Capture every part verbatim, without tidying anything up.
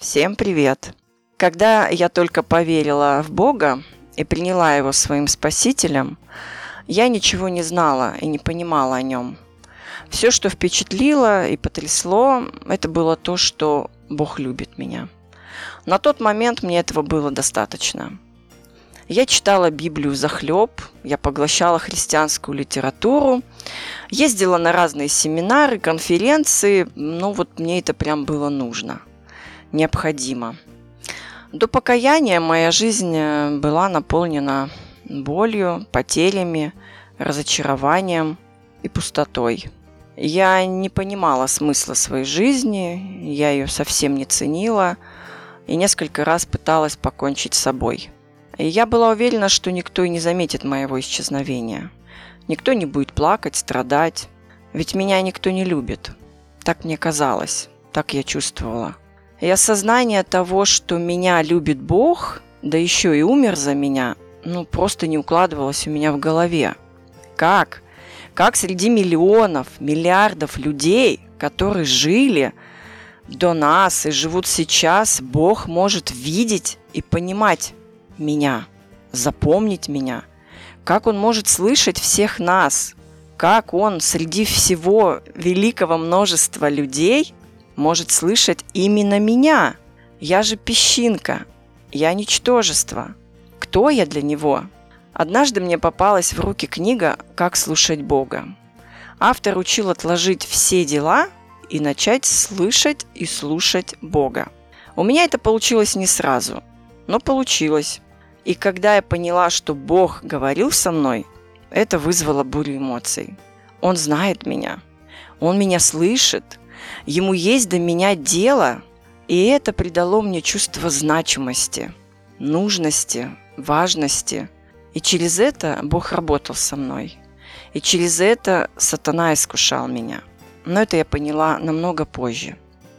Всем привет! Когда я только поверила в Бога и приняла Его своим Спасителем, я ничего не знала и не понимала о Нем. Все, что впечатлило и потрясло, это было то, что Бог любит меня. На тот момент мне этого было достаточно. Я читала Библию взахлеб, я поглощала христианскую литературу, ездила на разные семинары, конференции, ну вот мне это прям было нужно, необходимо. До покаяния моя жизнь была наполнена болью, потерями, разочарованием и пустотой. Я не понимала смысла своей жизни, я ее совсем не ценила и несколько раз пыталась покончить с собой. И я была уверена, что никто и не заметит моего исчезновения. Никто не будет плакать, страдать, ведь меня никто не любит. Так мне казалось, так я чувствовала. И осознание того, что меня любит Бог, да еще и умер за меня, ну просто не укладывалось у меня в голове. Как? Как среди миллионов, миллиардов людей, которые жили до нас и живут сейчас, Бог может видеть и понимать меня, запомнить меня? Как Он может слышать всех нас? Как Он среди всего великого множества людей может слышать именно меня? Я же песчинка, я ничтожество. Кто я для Него? Однажды мне попалась в руки книга «Как слушать Бога». Автор учил отложить все дела и начать слышать и слушать Бога. У меня это получилось не сразу, но получилось. И когда я поняла, что Бог говорил со мной, это вызвало бурю эмоций. Он знает меня, Он меня слышит, Ему есть до меня дело, и это придало мне чувство значимости, нужности, важности. И через это Бог работал со мной. И через это сатана искушал меня. Но это я поняла намного позже.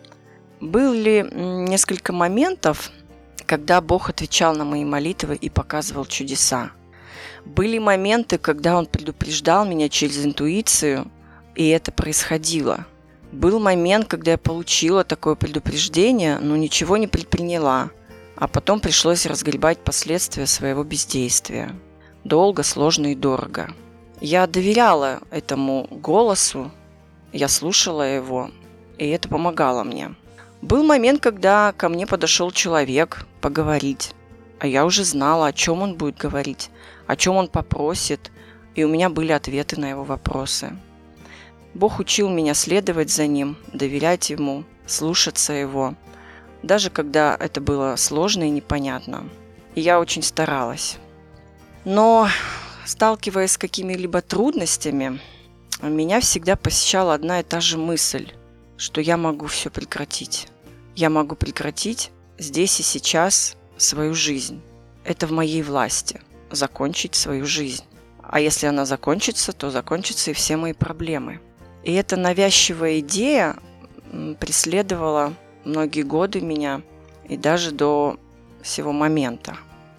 Были несколько моментов, когда Бог отвечал на мои молитвы и показывал чудеса. Были моменты, когда Он предупреждал меня через интуицию, и это происходило. Был момент, когда я получила такое предупреждение, но ничего не предприняла, а потом пришлось разгребать последствия своего бездействия. Долго, сложно и дорого. Я доверяла этому голосу, я слушала его, и это помогало мне. Был момент, когда ко мне подошел человек поговорить, а я уже знала, о чем он будет говорить, о чем он попросит, и у меня были ответы на его вопросы. Бог учил меня следовать за ним, доверять ему, слушаться его, даже когда это было сложно и непонятно. И я очень старалась. Но, сталкиваясь с какими-либо трудностями, меня всегда посещала одна и та же мысль, что я могу все прекратить. Я могу прекратить здесь и сейчас свою жизнь. Это в моей власти – закончить свою жизнь. А если она закончится, то закончатся и все мои проблемы. И эта навязчивая идея преследовала многие годы меня и даже до сего момента.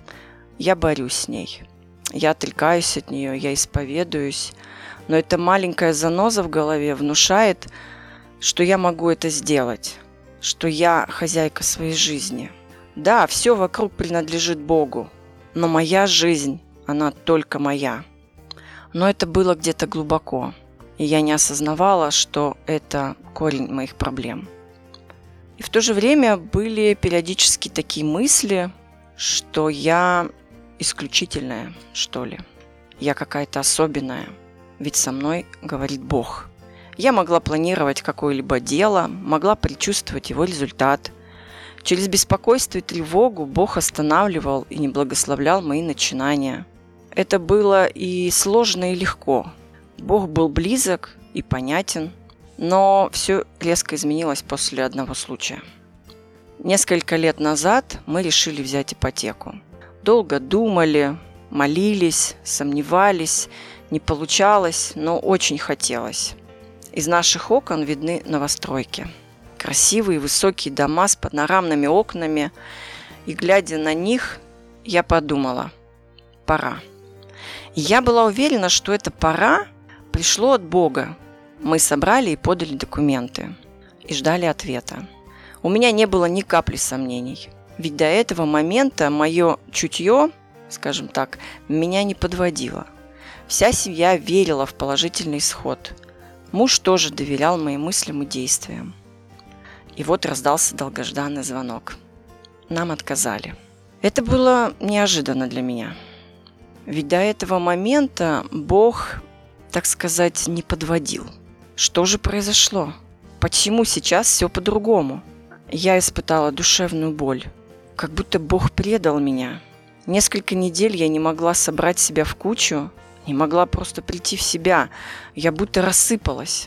Я борюсь с ней. Я отрекаюсь от нее, я исповедуюсь. Но эта маленькая заноза в голове внушает, что я могу это сделать, что я хозяйка своей жизни. Да, все вокруг принадлежит Богу, но моя жизнь, она только моя. Но это было где-то глубоко, и я не осознавала, что это корень моих проблем. И в то же время были периодически такие мысли, что я исключительная, что ли. Я какая-то особенная, ведь со мной говорит Бог. Я могла планировать какое-либо дело, могла предчувствовать его результат. Через беспокойство и тревогу Бог останавливал и не благословлял мои начинания. Это было и сложно, и легко. Бог был близок и понятен, но все резко изменилось после одного случая. Несколько лет назад мы решили взять ипотеку. Долго думали, молились, сомневались, не получалось, но очень хотелось. Из наших окон видны новостройки. Красивые высокие дома с панорамными окнами. И глядя на них, я подумала, пора. И я была уверена, что это пора пришло от Бога. Мы собрали и подали документы. И ждали ответа. У меня не было ни капли сомнений. Ведь до этого момента мое чутье, скажем так, меня не подводило. Вся семья верила в положительный исход. Муж тоже доверял моим мыслям и действиям. И вот раздался долгожданный звонок. Нам отказали. Это было неожиданно для меня. Ведь до этого момента Бог, так сказать, не подводил. Что же произошло? Почему сейчас все по-другому? Я испытала душевную боль. Как будто Бог предал меня. Несколько недель я не могла собрать себя в кучу, не могла просто прийти в себя. Я будто рассыпалась.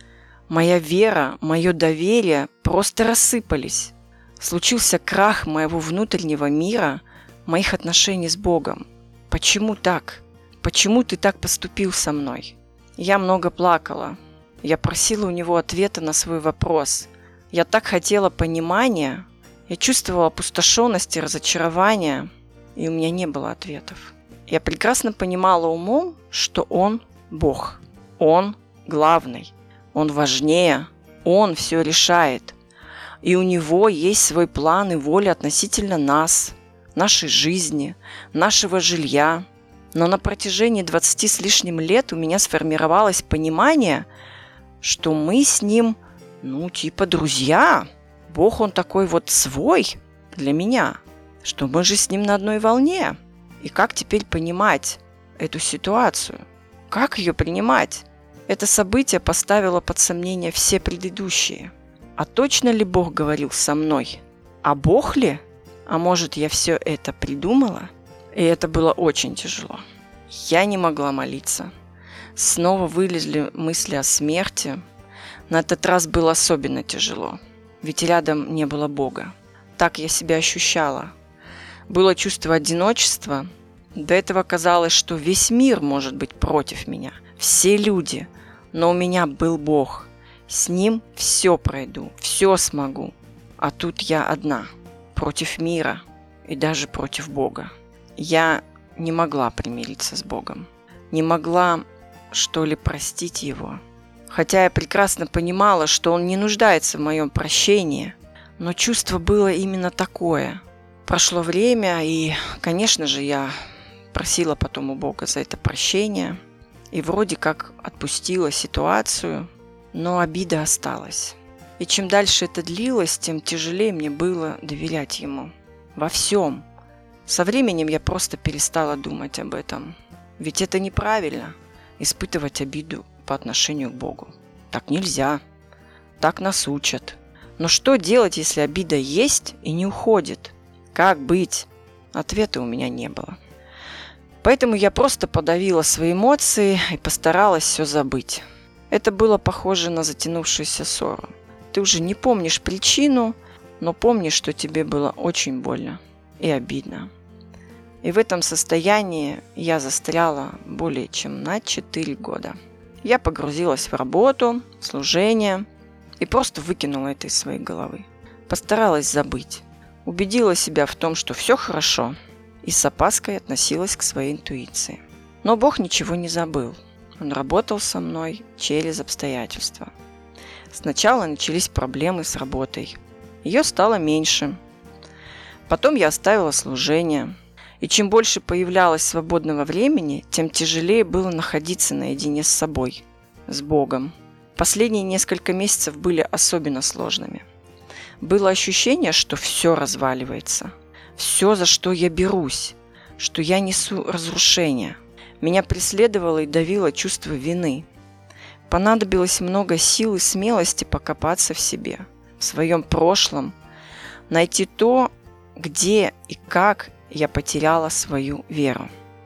Моя вера, мое доверие просто рассыпались. Случился крах моего внутреннего мира, моих отношений с Богом. Почему так? Почему ты так поступил со мной? Я много плакала. Я просила у него ответа на свой вопрос. Я так хотела понимания. Я чувствовала опустошенность и разочарование, и у меня не было ответов. Я прекрасно понимала умом, что Он Бог. Он главный. Он важнее. Он все решает. И у Него есть свой план и воля относительно нас, нашей жизни, нашего жилья. Но на протяжении двадцати с лишним лет у меня сформировалось понимание, что мы с Ним, ну, типа друзья. Бог, Он такой вот свой для меня, что мы же с Ним на одной волне. И как теперь понимать эту ситуацию? Как ее принимать? Это событие поставило под сомнение все предыдущие. А точно ли Бог говорил со мной? А Бог ли? А может, я все это придумала? И это было очень тяжело. Я не могла молиться. Снова вылезли мысли о смерти. На этот раз было особенно тяжело. Ведь рядом не было Бога. Так я себя ощущала. Было чувство одиночества. До этого казалось, что весь мир может быть против меня. Все люди. Но у меня был Бог. С Ним все пройду, все смогу. А тут я одна. Против мира. И даже против Бога. Я не могла примириться с Богом. Не могла, что ли, простить Его. Хотя я прекрасно понимала, что Он не нуждается в моем прощении, но чувство было именно такое. Прошло время, и, конечно же, я просила потом у Бога за это прощение, и вроде как отпустила ситуацию, но обида осталась. И чем дальше это длилось, тем тяжелее мне было доверять Ему. Во всем. Со временем я просто перестала думать об этом. Ведь это неправильно – испытывать обиду по отношению к Богу. Так нельзя. Так нас учат. Но что делать, если обида есть и не уходит? Как быть? Ответа у меня не было. Поэтому я просто подавила свои эмоции и постаралась все забыть. Это было похоже на затянувшуюся ссору. Ты уже не помнишь причину, но помнишь, что тебе было очень больно и обидно. И в этом состоянии я застряла более чем на четыре года. Я погрузилась в работу, служение и просто выкинула это из своей головы. Постаралась забыть. Убедила себя в том, что все хорошо, и с опаской относилась к своей интуиции. Но Бог ничего не забыл. Он работал со мной через обстоятельства. Сначала начались проблемы с работой. Ее стало меньше. Потом я оставила служение. И чем больше появлялось свободного времени, тем тяжелее было находиться наедине с собой, с Богом. Последние несколько месяцев были особенно сложными. Было ощущение, что все разваливается. Все, за что я берусь, что я несу разрушение. Меня преследовало и давило чувство вины. Понадобилось много сил и смелости покопаться в себе, в своем прошлом, найти то, где и как я потеряла свою веру.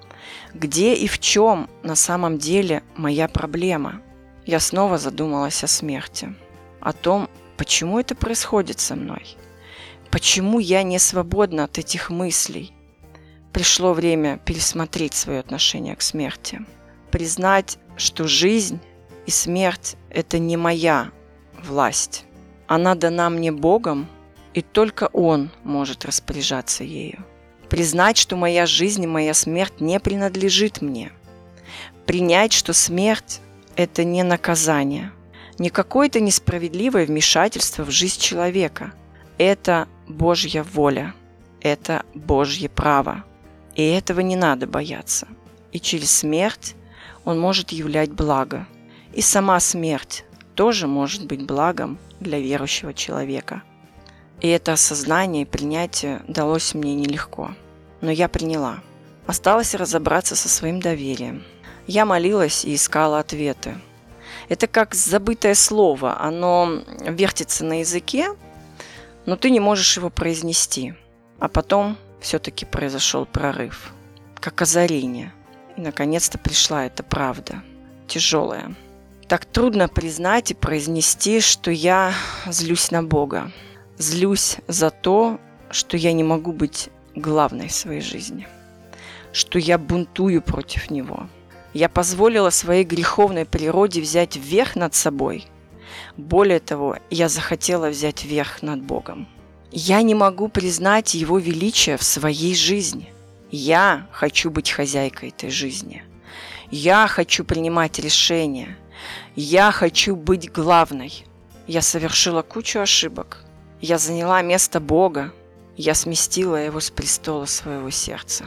Где и в чем на самом деле моя проблема? Я снова задумалась о смерти, о том, почему это происходит со мной, почему я не свободна от этих мыслей. Пришло время пересмотреть свое отношение к смерти, признать, что жизнь и смерть – это не моя власть. Она дана мне Богом, и только Он может распоряжаться ею. Признать, что моя жизнь и моя смерть не принадлежит мне. Принять, что смерть – это не наказание, не какое-то несправедливое вмешательство в жизнь человека, Это Божья воля, это Божье право, и этого не надо бояться. И через смерть Он может являть благо. И сама смерть тоже может быть благом для верующего человека. И это осознание и принятие далось мне нелегко. Но я приняла. Осталось разобраться со своим доверием. Я молилась и искала ответы. Это как забытое слово. Оно вертится на языке, но ты не можешь его произнести. А потом все-таки произошел прорыв. Как озарение. И наконец-то пришла эта правда. Тяжелая. Так трудно признать и произнести, что я злюсь на Бога. Злюсь за то, что я не могу быть главной в своей жизни. Что я бунтую против Него. Я позволила своей греховной природе взять верх над собой. Более того, я захотела взять верх над Богом. Я не могу признать Его величие в своей жизни. Я хочу быть хозяйкой этой жизни. Я хочу принимать решения. Я хочу быть главной. Я совершила кучу ошибок. Я заняла место Бога. Я сместила Его с престола своего сердца.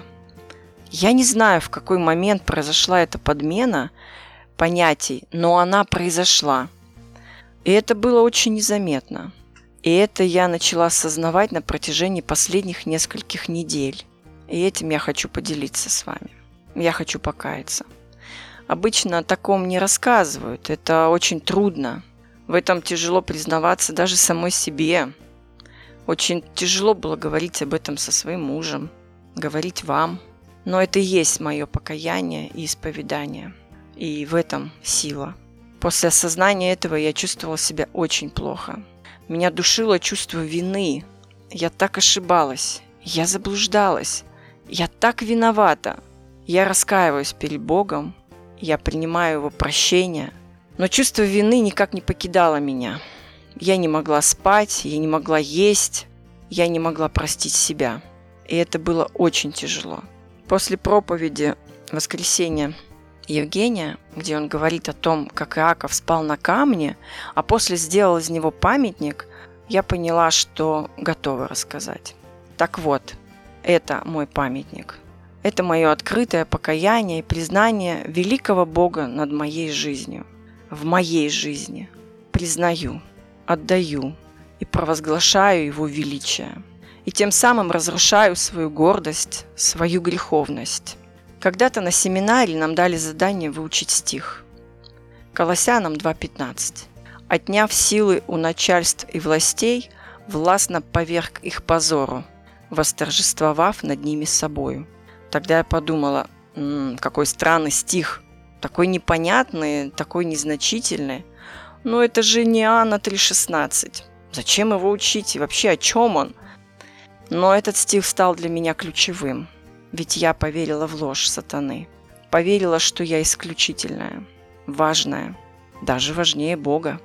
Я не знаю, в какой момент произошла эта подмена понятий, но она произошла. И это было очень незаметно. И это я начала осознавать на протяжении последних нескольких недель. И этим я хочу поделиться с вами. Я хочу покаяться. Обычно о таком не рассказывают. Это очень трудно. В этом тяжело признаваться даже самой себе. Очень тяжело было говорить об этом со своим мужем, говорить вам. Но это и есть мое покаяние и исповедание. И в этом сила. После осознания этого я чувствовала себя очень плохо. Меня душило чувство вины. Я так ошибалась. Я заблуждалась. Я так виновата. Я раскаиваюсь перед Богом. Я принимаю Его прощение. Но чувство вины никак не покидало меня. Я не могла спать, я не могла есть, я не могла простить себя. И это было очень тяжело. После проповеди воскресенья Евгения, где он говорит о том, как Иаков спал на камне, а после сделал из него памятник, я поняла, что готова рассказать. Так вот, это мой памятник. Это мое открытое покаяние и признание великого Бога над моей жизнью. В моей жизни. Признаю, отдаю и провозглашаю Его величие. И тем самым разрушаю свою гордость, свою греховность. Когда-то на семинаре нам дали задание выучить стих. Колоссянам два пятнадцать. «Отняв силы у начальств и властей, властно поверг их позору, восторжествовав над ними собою». Тогда я подумала, м-м, какой странный стих, такой непонятный, такой незначительный. Но это же не Иоанна три шестнадцать. Зачем его учить и вообще о чем он? Но этот стих стал для меня ключевым, ведь я поверила в ложь сатаны. Поверила, что я исключительная, важная, даже важнее Бога,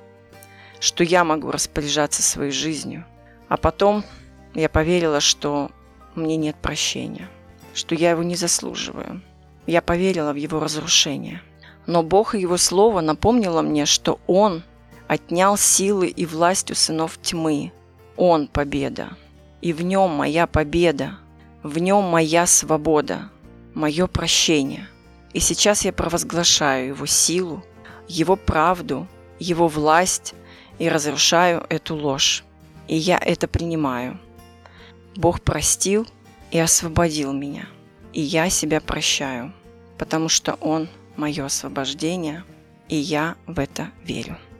что я могу распоряжаться своей жизнью. А потом я поверила, что мне нет прощения, что я его не заслуживаю. Я поверила в его разрушение. Но Бог и Его Слово напомнило мне, что Он отнял силы и власть у сынов тьмы. Он победа. И в Нем моя победа. В Нем моя свобода. Мое прощение. И сейчас я провозглашаю Его силу, Его правду, Его власть и разрушаю эту ложь. И я это принимаю. Бог простил и освободил меня. И я себя прощаю, потому что Он – мое освобождение, и я в это верю.